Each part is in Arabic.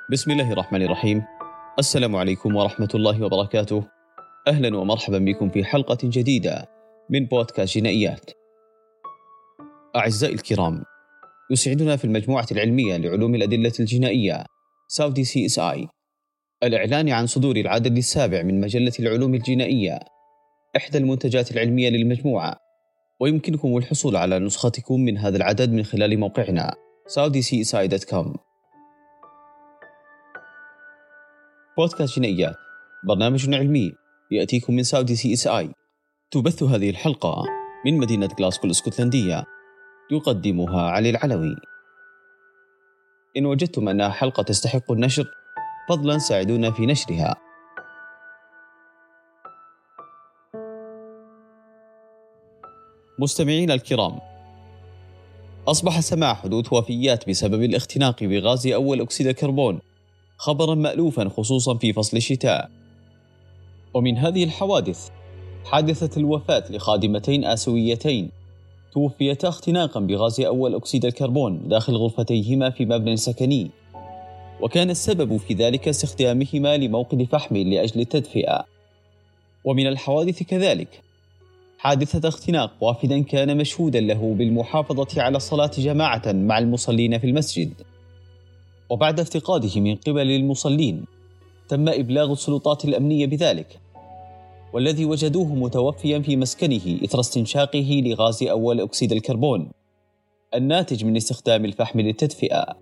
بسم الله الرحمن الرحيم. السلام عليكم ورحمة الله وبركاته. أهلا ومرحبا بكم في حلقة جديدة من بودكاست جنائيات. أعزائي الكرام، يسعدنا في المجموعة العلمية لعلوم الأدلة الجنائية ساودي CSI الإعلان عن صدور العدد السابع من مجلة العلوم الجنائية، إحدى المنتجات العلمية للمجموعة، ويمكنكم الحصول على نسختكم من هذا العدد من خلال موقعنا saudicsi.com. بودكاست جنائيات برنامج علمي يأتيكم من ساودي CSI. تبث هذه الحلقة من مدينة غلاسكو الاسكتلندية، يقدمها علي العلوي. إن وجدتم أنها حلقة تستحق النشر فضلا ساعدونا في نشرها. مستمعين الكرام، أصبح سماع حدوث وفيات بسبب الاختناق بغاز أول أكسيد الكربون خبرا مألوفا، خصوصا في فصل الشتاء. ومن هذه الحوادث حادثة الوفاة لخادمتين آسيويتين توفيتا اختناقا بغاز أول أكسيد الكربون داخل غرفتيهما في مبنى سكني، وكان السبب في ذلك استخدامهما لموقد فحم لأجل التدفئة. ومن الحوادث كذلك حادثة اختناق وافدا كان مشهودا له بالمحافظة على الصلاة جماعة مع المصلين في المسجد، وبعد افتقاده من قبل المصلين تم إبلاغ السلطات الأمنية بذلك، والذي وجدوه متوفيا في مسكنه إثر استنشاقه لغاز أول أكسيد الكربون الناتج من استخدام الفحم للتدفئة.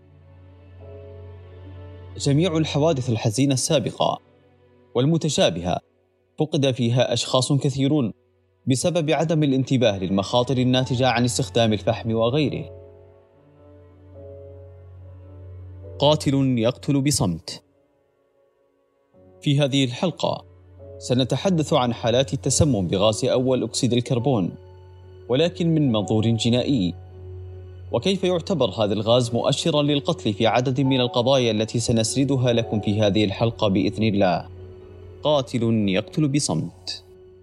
جميع الحوادث الحزينة السابقة والمتشابهة فقد فيها أشخاص كثيرون بسبب عدم الانتباه للمخاطر الناتجة عن استخدام الفحم وغيره. قاتل يقتل بصمت. في هذه الحلقة سنتحدث عن حالات التسمم بغاز أول أكسيد الكربون، ولكن من منظور جنائي، وكيف يعتبر هذا الغاز مؤشرا للقتل في عدد من القضايا التي سنسردها لكم في هذه الحلقة بإذن الله. قاتل يقتل بصمت.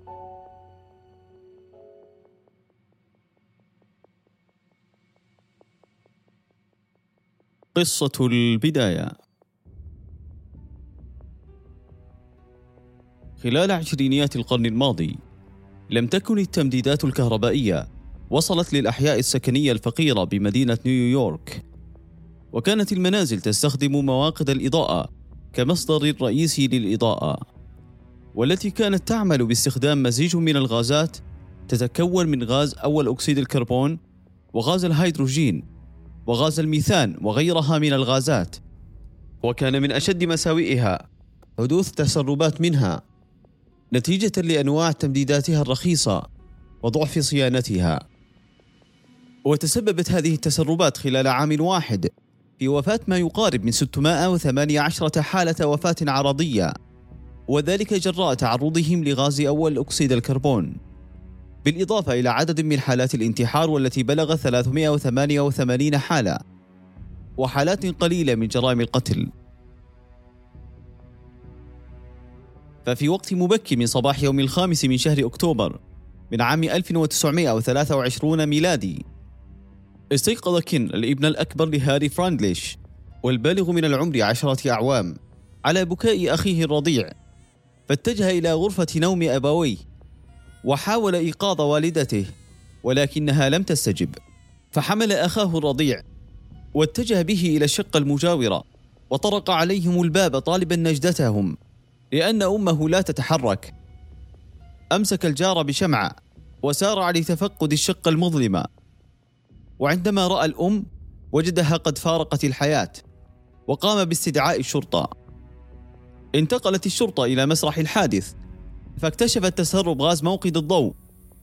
قصة البداية. خلال عشرينيات القرن الماضي لم تكن التمديدات الكهربائية وصلت للأحياء السكنية الفقيرة بمدينة نيويورك، وكانت المنازل تستخدم مواقد الإضاءة كمصدر رئيسي للإضاءة، والتي كانت تعمل باستخدام مزيج من الغازات تتكون من غاز أول أكسيد الكربون وغاز الهيدروجين وغاز الميثان وغيرها من الغازات. وكان من أشد مساوئها حدوث تسربات منها نتيجة لأنواع تمديداتها الرخيصة وضعف صيانتها. وتسببت هذه التسربات خلال عام واحد في وفاة ما يقارب من 618 حالة وفاة عرضية، وذلك جراء تعرضهم لغاز أول أكسيد الكربون، بالإضافة إلى عدد من حالات الانتحار والتي بلغ 388 حالة، وحالات قليلة من جرائم القتل. ففي وقت مبكر من صباح يوم 5 من شهر أكتوبر من عام 1923 ميلادي، استيقظ كين الابن الأكبر لهاري فرانغليش والبالغ من العمر 10 أعوام على بكاء أخيه الرضيع، فاتجه إلى غرفة نوم أبويه وحاول إيقاظ والدته، ولكنها لم تستجب، فحمل أخاه الرضيع واتجه به إلى الشقة المجاورة وطرق عليهم الباب طالبا نجدتهم لأن أمه لا تتحرك. أمسك الجار بشمعة وسارع لتفقد الشقة المظلمة، وعندما رأى الأم وجدها قد فارقت الحياة، وقام باستدعاء الشرطة. انتقلت الشرطة إلى مسرح الحادث فاكتشفت تسرب غاز موقد الضوء.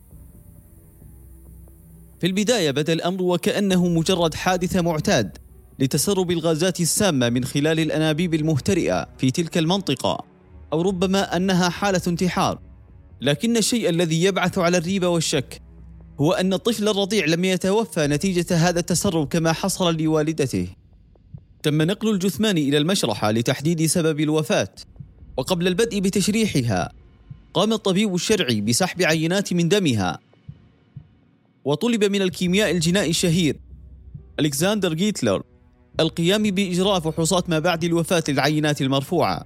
في البداية بدا الأمر وكأنه مجرد حادث معتاد لتسرب الغازات السامة من خلال الأنابيب المهترئة في تلك المنطقة، أو ربما أنها حالة انتحار. لكن الشيء الذي يبعث على الريبة والشك هو أن الطفل الرضيع لم يتوفى نتيجة هذا التسرب كما حصل لوالدته. تم نقل الجثمان إلى المشرحة لتحديد سبب الوفاة، وقبل البدء بتشريحها قام الطبيب الشرعي بسحب عينات من دمها، وطلب من الكيميائي الجنائي الشهير ألكسندر جيتلر القيام بإجراء فحوصات ما بعد الوفاة للعينات المرفوعة.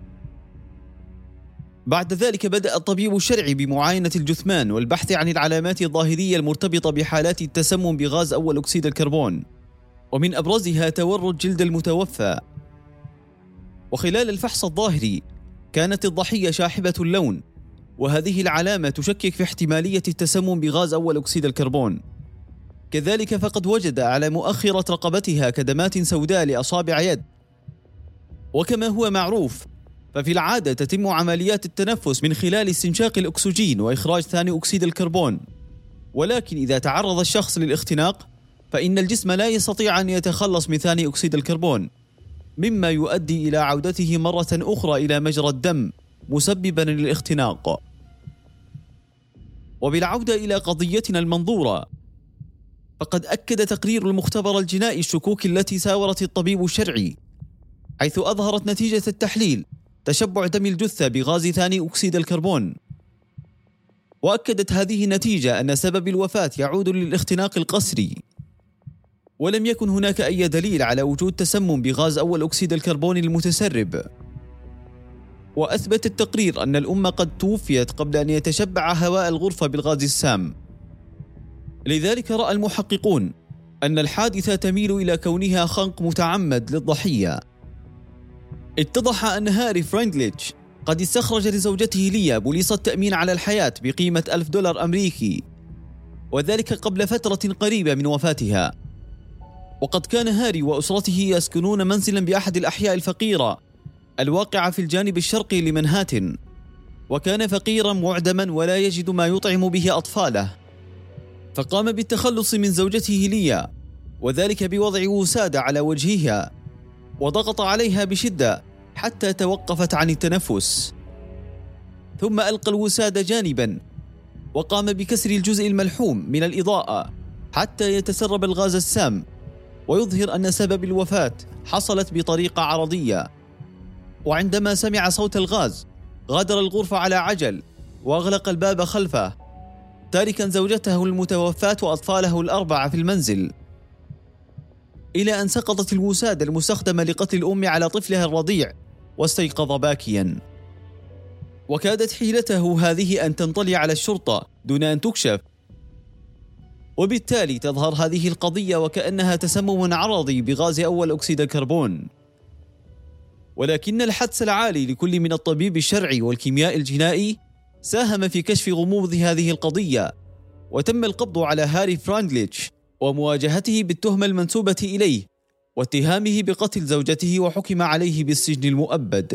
بعد ذلك بدأ الطبيب الشرعي بمعاينة الجثمان والبحث عن العلامات الظاهرية المرتبطة بحالات التسمم بغاز أول أكسيد الكربون، ومن أبرزها تورد جلد المتوفى. وخلال الفحص الظاهري كانت الضحية شاحبة اللون، وهذه العلامة تشكك في احتمالية التسمم بغاز أول أكسيد الكربون. كذلك فقد وجد على مؤخرة رقبتها كدمات سوداء لأصابع يد. وكما هو معروف، ففي العادة تتم عمليات التنفس من خلال استنشاق الأكسجين وإخراج ثاني أكسيد الكربون، ولكن إذا تعرض الشخص للاختناق فإن الجسم لا يستطيع أن يتخلص من ثاني أكسيد الكربون، مما يؤدي إلى عودته مرة أخرى إلى مجرى الدم مسببا للاختناق. وبالعودة إلى قضيتنا المنظورة، فقد أكد تقرير المختبر الجنائي الشكوك التي ساورت الطبيب الشرعي، حيث أظهرت نتيجة التحليل تشبع دم الجثة بغاز ثاني أكسيد الكربون. وأكدت هذه النتيجة أن سبب الوفاة يعود للاختناق القسري، ولم يكن هناك أي دليل على وجود تسمم بغاز أول أكسيد الكربون المتسرب. وأثبت التقرير أن الأم قد توفيت قبل أن يتشبع هواء الغرفة بالغاز السام. لذلك رأى المحققون أن الحادثة تميل إلى كونها خنق متعمد للضحية. اتضح أن هاري فرانجليتش قد استخرج لزوجته ليا بوليصة تأمين على الحياة بقيمة $1000 أمريكي، وذلك قبل فترة قريبة من وفاتها. وقد كان هاري وأسرته يسكنون منزلا بأحد الأحياء الفقيرة الواقعة في الجانب الشرقي لمنهاتن، وكان فقيرا معدما ولا يجد ما يطعم به أطفاله، فقام بالتخلص من زوجته ليا، وذلك بوضع وسادة على وجهها، وضغط عليها بشدة حتى توقفت عن التنفس، ثم ألقى الوسادة جانبا وقام بكسر الجزء الملحوم من الإضاءة حتى يتسرب الغاز السام، ويظهر أن سبب الوفاة حصلت بطريقة عرضية. وعندما سمع صوت الغاز غادر الغرفة على عجل وأغلق الباب خلفه، تاركا زوجته المتوفاة وأطفاله ال4 في المنزل، إلى أن سقطت الوسادة المستخدمة لقتل الأم على طفلها الرضيع واستيقظ باكيا. وكادت حيلته هذه أن تنطلي على الشرطة دون أن تكشف، وبالتالي تظهر هذه القضية وكأنها تسمم عرضي بغاز أول أكسيد الكربون. ولكن الحدس العالي لكل من الطبيب الشرعي والكيميائي الجنائي ساهم في كشف غموض هذه القضية، وتم القبض على هاري فرانجليتش ومواجهته بالتهمة المنسوبة إليه واتهامه بقتل زوجته، وحكم عليه بالسجن المؤبد.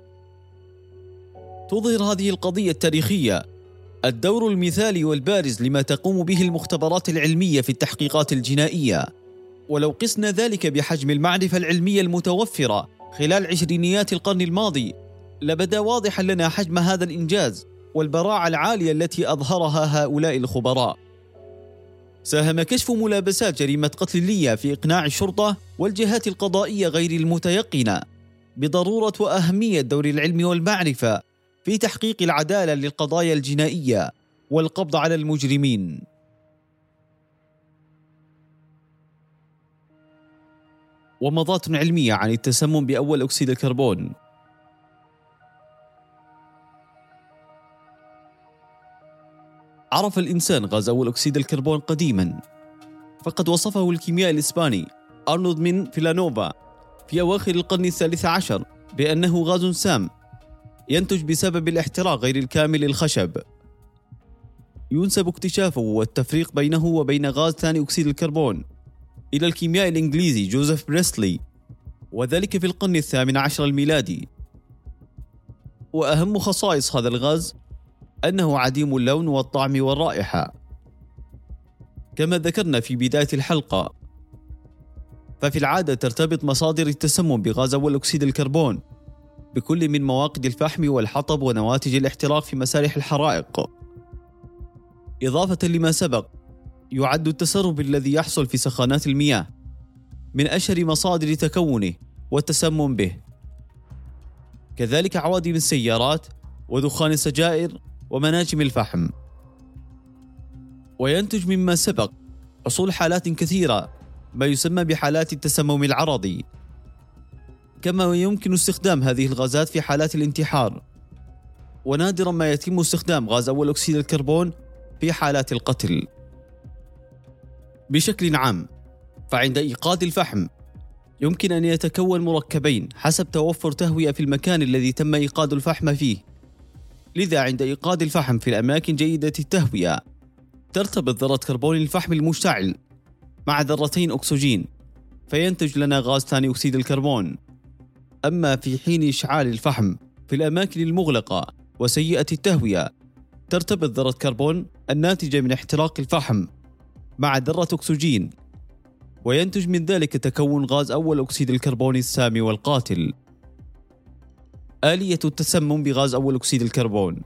تظهر هذه القضية التاريخية الدور المثالي والبارز لما تقوم به المختبرات العلمية في التحقيقات الجنائية. ولو قسنا ذلك بحجم المعرفة العلمية المتوفرة خلال عشرينيات القرن الماضي، لبدا واضحا لنا حجم هذا الإنجاز والبراعة العالية التي أظهرها هؤلاء الخبراء. ساهم كشف ملابسات جريمة قتل ليا في إقناع الشرطة والجهات القضائية غير المتيقنة بضرورة وأهمية دور العلم والمعرفة في تحقيق العدالة للقضايا الجنائية والقبض على المجرمين. ومضات علمية عن التسمم بأول أكسيد الكربون. عرف الإنسان غاز أول أكسيد الكربون قديما، فقد وصفه الكيميائي الإسباني أرنولد من فيلانوفا في أواخر القرن ال13 بأنه غاز سام ينتج بسبب الاحتراق غير الكامل للخشب. ينسب اكتشافه والتفريق بينه وبين غاز ثاني أكسيد الكربون إلى الكيميائي الإنجليزي جوزيف بريسلي، وذلك في القرن ال18 الميلادي. وأهم خصائص هذا الغاز أنه عديم اللون والطعم والرائحة. كما ذكرنا في بداية الحلقة، ففي العادة ترتبط مصادر التسمم بغاز أول أكسيد الكربون بكل من مواقد الفحم والحطب ونواتج الاحتراق في مسارح الحرائق. إضافة لما سبق، يعد التسرب الذي يحصل في سخانات المياه من أشهر مصادر تكونه والتسمم به، كذلك عوادم السيارات ودخان السجائر ومناجم الفحم. وينتج مما سبق حصول حالات كثيرة ما يسمى بحالات التسمم العرضي، كما يمكن استخدام هذه الغازات في حالات الانتحار، ونادرا ما يتم استخدام غاز أول أكسيد الكربون في حالات القتل. بشكل عام، فعند إيقاد الفحم يمكن أن يتكون مركبين حسب توفر تهوية في المكان الذي تم إيقاد الفحم فيه. لذا عند إيقاد الفحم في الأماكن جيدة التهوية ترتبط ذرة كربون الفحم المشتعل مع ذرتين أكسجين، فينتج لنا غاز ثاني أكسيد الكربون. أما في حين إشعال الفحم في الأماكن المغلقة وسيئة التهوية ترتبط ذرة كربون الناتجة من احتراق الفحم مع ذرة أكسجين، وينتج من ذلك تكون غاز أول أكسيد الكربون السامي والقاتل. آلية التسمم بغاز أول أكسيد الكربون.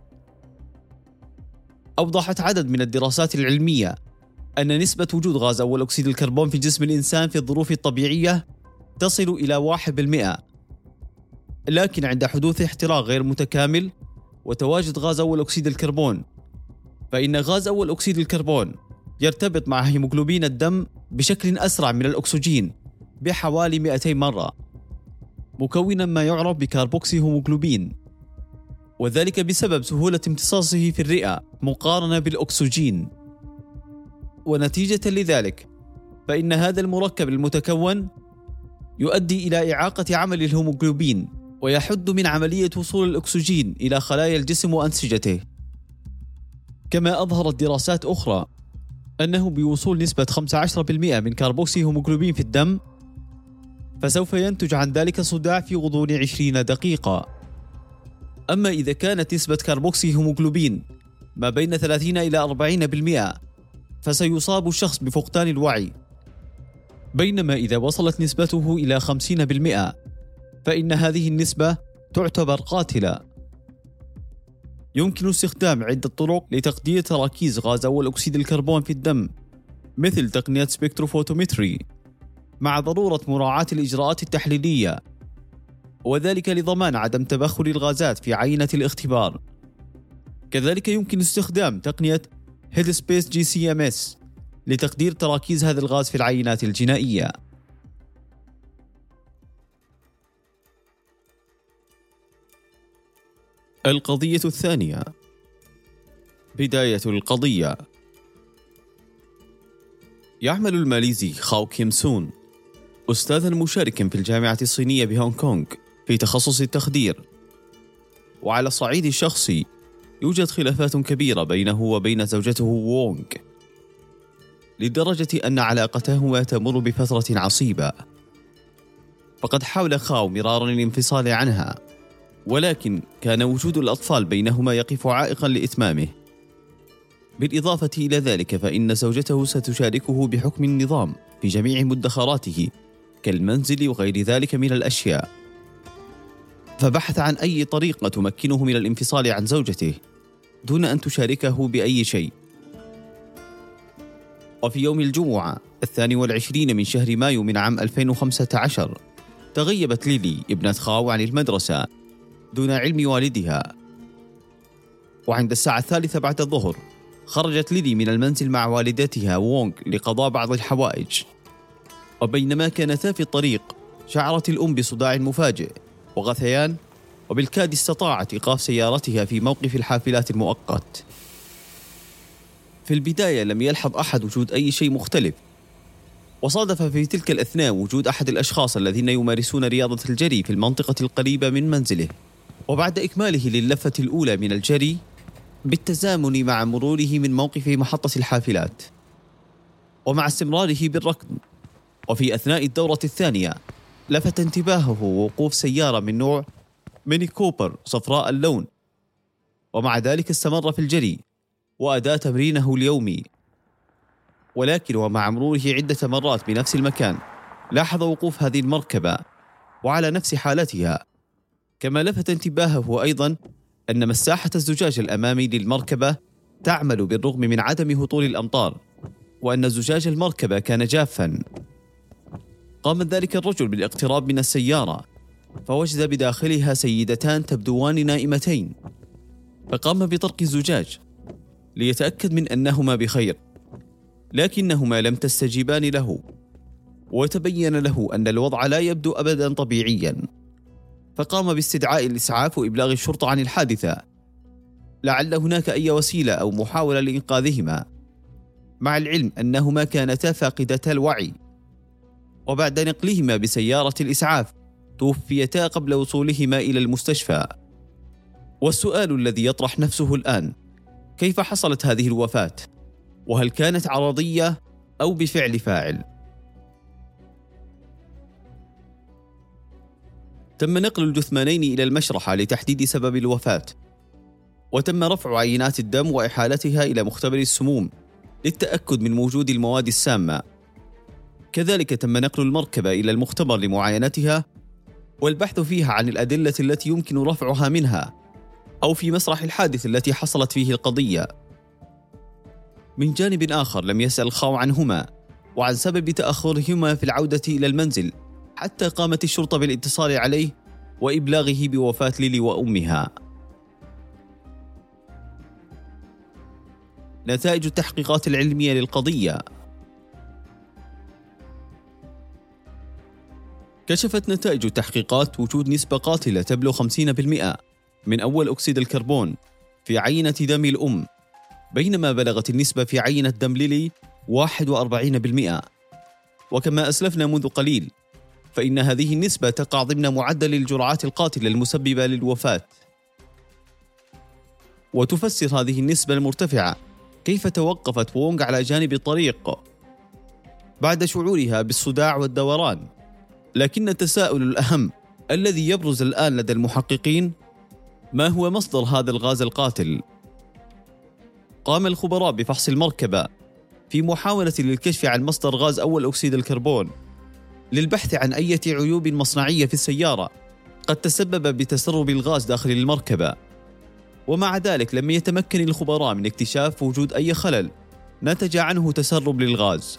أوضحت عدد من الدراسات العلمية أن نسبة وجود غاز أول أكسيد الكربون في جسم الإنسان في الظروف الطبيعية تصل إلى 1%، لكن عند حدوث احتراق غير متكامل وتواجد غاز أول أكسيد الكربون، فإن غاز أول أكسيد الكربون يرتبط مع هيموغلوبين الدم بشكل أسرع من الأكسجين بحوالي 200 مرة، مكونا ما يعرف بكاربوكسي هيموغلوبين، وذلك بسبب سهولة امتصاصه في الرئة مقارنة بالأكسجين. ونتيجة لذلك فإن هذا المركب المتكون يؤدي إلى إعاقة عمل الهيموغلوبين ويحد من عملية وصول الأكسجين إلى خلايا الجسم وأنسجته. كما أظهرت دراسات أخرى أنه بوصول نسبة 15% من كاربوكسي هيموغلوبين في الدم فسوف ينتج عن ذلك صداع في غضون 20 دقيقة. أما إذا كانت نسبة كاربوكسي هيموغلوبين ما بين 30 إلى 40% فسيصاب الشخص بفقدان الوعي، بينما إذا وصلت نسبته إلى 50% فإن هذه النسبة تعتبر قاتلة. يمكن استخدام عدة طرق لتقدير تراكيز غاز أول أكسيد الكربون في الدم، مثل تقنية سبكتروفوتومتري، مع ضرورة مراعاة الإجراءات التحليلية، وذلك لضمان عدم تبخر الغازات في عينة الاختبار. كذلك يمكن استخدام تقنية هيدسبيس GCMS لتقدير تراكيز هذا الغاز في العينات الجنائية. القضية الثانية، بداية القضية. يعمل الماليزي خاو كيم سون أستاذا مشاركا في الجامعة الصينية بهونغ كونغ في تخصص التخدير، وعلى الصعيد الشخصي يوجد خلافات كبيرة بينه وبين زوجته وونغ، لدرجة أن علاقتهما تمر بفترة عصيبة. فقد حاول خاو مرارا الانفصال عنها، ولكن كان وجود الأطفال بينهما يقف عائقا لإتمامه. بالإضافة إلى ذلك فإن زوجته ستشاركه بحكم النظام في جميع مدخراته كالمنزل وغير ذلك من الأشياء، فبحث عن أي طريقة تمكنه من الانفصال عن زوجته دون أن تشاركه بأي شيء. وفي يوم الجمعة 22 من شهر مايو من عام 2015 تغيبت ليلي ابنة خاو عن المدرسة دون علم والدها، وعند الساعة 3 بعد الظهر خرجت ليلي من المنزل مع والدتها وونغ لقضاء بعض الحوائج، وبينما كانتا في الطريق شعرت الأم بصداع مفاجئ وغثيان، وبالكاد استطاعت إيقاف سيارتها في موقف الحافلات المؤقت. في البداية لم يلحظ أحد وجود أي شيء مختلف، وصادف في تلك الأثناء وجود أحد الأشخاص الذين يمارسون رياضة الجري في المنطقة القريبة من منزله، وبعد إكماله للفة الأولى من الجري بالتزامن مع مروره من موقف محطة الحافلات ومع استمراره بالركض، وفي أثناء الدورة الثانية لفت انتباهه وقوف سيارة من نوع ميني كوبر صفراء اللون، ومع ذلك استمر في الجري وأداء تمرينه اليومي. ولكن ومع مروره عدة مرات بنفس المكان لاحظ وقوف هذه المركبة وعلى نفس حالتها. كما لفت انتباهه أيضا أن مساحة الزجاج الأمامي للمركبة تعمل بالرغم من عدم هطول الأمطار، وأن زجاج المركبة كان جافا. قام ذلك الرجل بالاقتراب من السيارة فوجد بداخلها سيدتان تبدوان نائمتين، فقام بطرق الزجاج ليتأكد من أنهما بخير، لكنهما لم تستجيبان له، وتبين له أن الوضع لا يبدو أبدا طبيعيا، فقام باستدعاء الإسعاف وإبلاغ الشرطة عن الحادثة لعل هناك أي وسيلة أو محاولة لإنقاذهما، مع العلم أنهما كانتا فاقدتا الوعي. وبعد نقلهما بسيارة الإسعاف توفيتا قبل وصولهما إلى المستشفى. والسؤال الذي يطرح نفسه الآن: كيف حصلت هذه الوفاة؟ وهل كانت عرضية أو بفعل فاعل؟ تم نقل الجثمانين إلى المشرحة لتحديد سبب الوفاة، وتم رفع عينات الدم وإحالتها إلى مختبر السموم للتأكد من وجود المواد السامة. كذلك تم نقل المركبة إلى المختبر لمعاينتها والبحث فيها عن الأدلة التي يمكن رفعها منها أو في مسرح الحادث التي حصلت فيه القضية. من جانب آخر لم يسأل خاو عنهما وعن سبب تأخرهما في العودة إلى المنزل، حتى قامت الشرطة بالاتصال عليه وإبلاغه بوفاة ليلي وأمها. نتائج التحقيقات العلمية للقضية. كشفت نتائج التحقيقات وجود نسبة قاتلة تبلغ 50% من أول أكسيد الكربون في عينة دم الأم، بينما بلغت النسبة في عينة دم ليلي 41%. وكما أسلفنا منذ قليل، فإن هذه النسبة تقع ضمن معدل الجرعات القاتلة المسببة للوفاة. وتفسر هذه النسبة المرتفعة كيف توقفت وونغ على جانب الطريق بعد شعورها بالصداع والدوران. لكن التساؤل الأهم الذي يبرز الآن لدى المحققين: ما هو مصدر هذا الغاز القاتل؟ قام الخبراء بفحص المركبة في محاولة للكشف عن مصدر غاز أول أكسيد الكربون، للبحث عن أي عيوب مصنعية في السيارة قد تسبب بتسرب الغاز داخل المركبة. ومع ذلك لم يتمكن الخبراء من اكتشاف وجود أي خلل نتج عنه تسرب للغاز.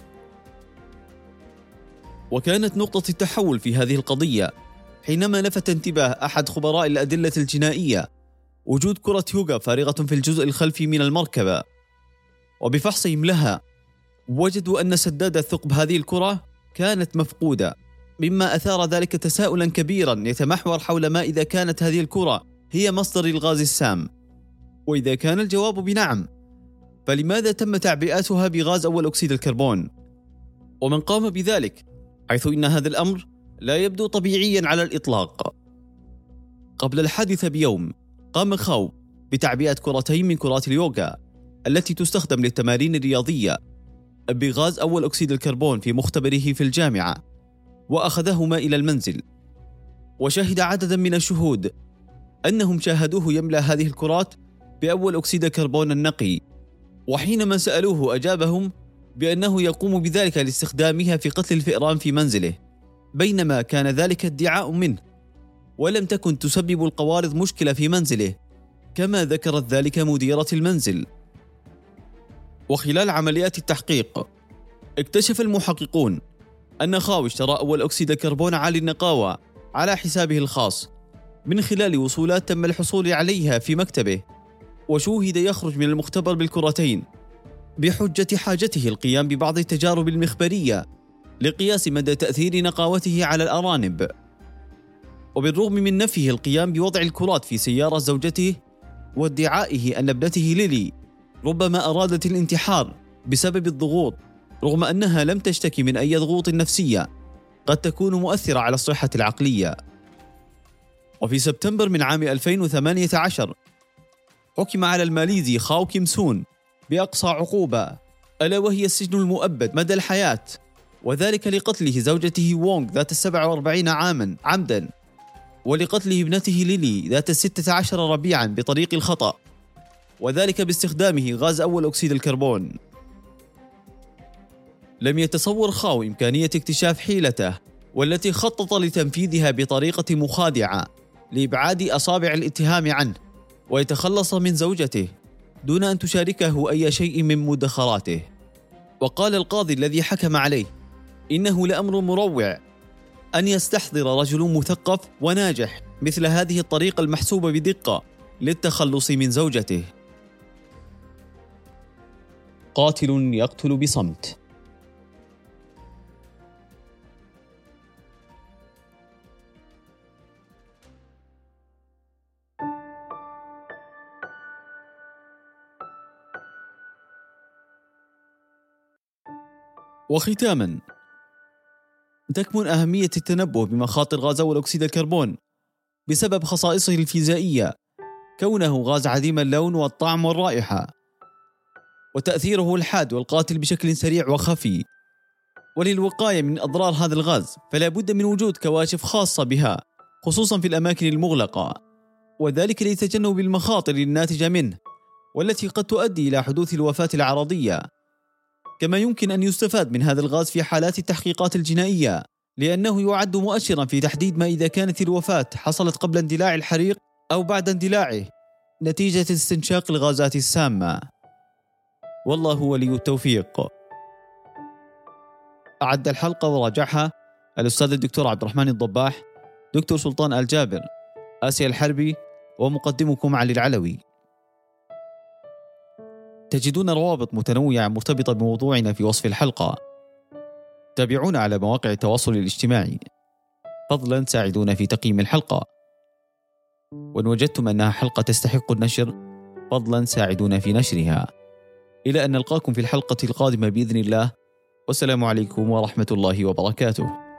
وكانت نقطة التحول في هذه القضية حينما لفت انتباه أحد خبراء الأدلة الجنائية وجود كرة يوغا فارغة في الجزء الخلفي من المركبة، وبفحصهم لها وجدوا أن سدادة ثقب هذه الكرة كانت مفقودة، مما أثار ذلك تساؤلا كبيرا يتمحور حول ما إذا كانت هذه الكرة هي مصدر الغاز السام. وإذا كان الجواب بنعم، فلماذا تم تعبئتها بغاز أول أكسيد الكربون؟ ومن قام بذلك، حيث إن هذا الأمر لا يبدو طبيعيا على الإطلاق. قبل الحادثة بيوم قام خاو بتعبئة كرتين من كرات اليوغا التي تستخدم للتمارين الرياضية بغاز أول أكسيد الكربون في مختبره في الجامعة، وأخذهما إلى المنزل. وشهد عددا من الشهود أنهم شاهدوه يملأ هذه الكرات بأول أكسيد الكربون النقي، وحينما سألوه أجابهم بأنه يقوم بذلك لاستخدامها في قتل الفئران في منزله، بينما كان ذلك ادعاء منه، ولم تكن تسبب القوارض مشكلة في منزله كما ذكرت ذلك مديرة المنزل. وخلال عمليات التحقيق اكتشف المحققون أن خاو اشترى أول أكسيد الكربون عالي النقاوة على حسابه الخاص من خلال وصولات تم الحصول عليها في مكتبه، وشوهد يخرج من المختبر بالكرتين بحجة حاجته القيام ببعض التجارب المخبرية لقياس مدى تأثير نقاوته على الأرانب. وبالرغم من نفيه القيام بوضع الكرات في سيارة زوجته وادعائه أن ابنته ليلي ربما أرادت الانتحار بسبب الضغوط، رغم أنها لم تشتكي من أي ضغوط نفسية قد تكون مؤثرة على الصحة العقلية. وفي سبتمبر من عام 2018 حكم على الماليزي خاو كيم سون بأقصى عقوبة، ألا وهي السجن المؤبد مدى الحياة، وذلك لقتله زوجته وونغ ذات 47 عاما عمدا، ولقتله ابنته ليلي ذات 16 ربيعا بطريق الخطأ، وذلك باستخدامه غاز أول أكسيد الكربون. لم يتصور خاو إمكانية اكتشاف حيلته والتي خطط لتنفيذها بطريقة مخادعة لإبعاد أصابع الاتهام عنه ويتخلص من زوجته دون أن تشاركه أي شيء من مدخراته. وقال القاضي الذي حكم عليه: إنه لأمر مروع أن يستحضر رجل مثقف وناجح مثل هذه الطريقة المحسوبة بدقة للتخلص من زوجته. قاتل يقتل بصمت. وختاما، تكمن أهمية التنبؤ بمخاطر غاز أول أكسيد الكربون بسبب خصائصه الفيزيائية، كونه غاز عديم اللون والطعم والرائحة، وتأثيره الحاد والقاتل بشكل سريع وخفي. وللوقاية من أضرار هذا الغاز فلا بد من وجود كواشف خاصة بها، خصوصا في الأماكن المغلقة، وذلك لتجنب المخاطر الناتجة منه والتي قد تؤدي إلى حدوث الوفاة العرضية. كما يمكن أن يستفاد من هذا الغاز في حالات التحقيقات الجنائية، لأنه يعد مؤشرا في تحديد ما إذا كانت الوفاة حصلت قبل اندلاع الحريق أو بعد اندلاعه نتيجة استنشاق الغازات السامة. والله ولي التوفيق. أعد الحلقة وراجعها الأستاذ الدكتور عبد الرحمن الضباح، دكتور سلطان الجابر، آسيا الحربي، ومقدمكم علي العلوي. تجدون روابط متنوعة مرتبطة بموضوعنا في وصف الحلقة. تابعونا على مواقع التواصل الاجتماعي. فضلا ساعدونا في تقييم الحلقة، وإن وجدتم أنها حلقة تستحق النشر فضلا ساعدونا في نشرها. إلى أن نلقاكم في الحلقة القادمة بإذن الله، والسلام عليكم ورحمة الله وبركاته.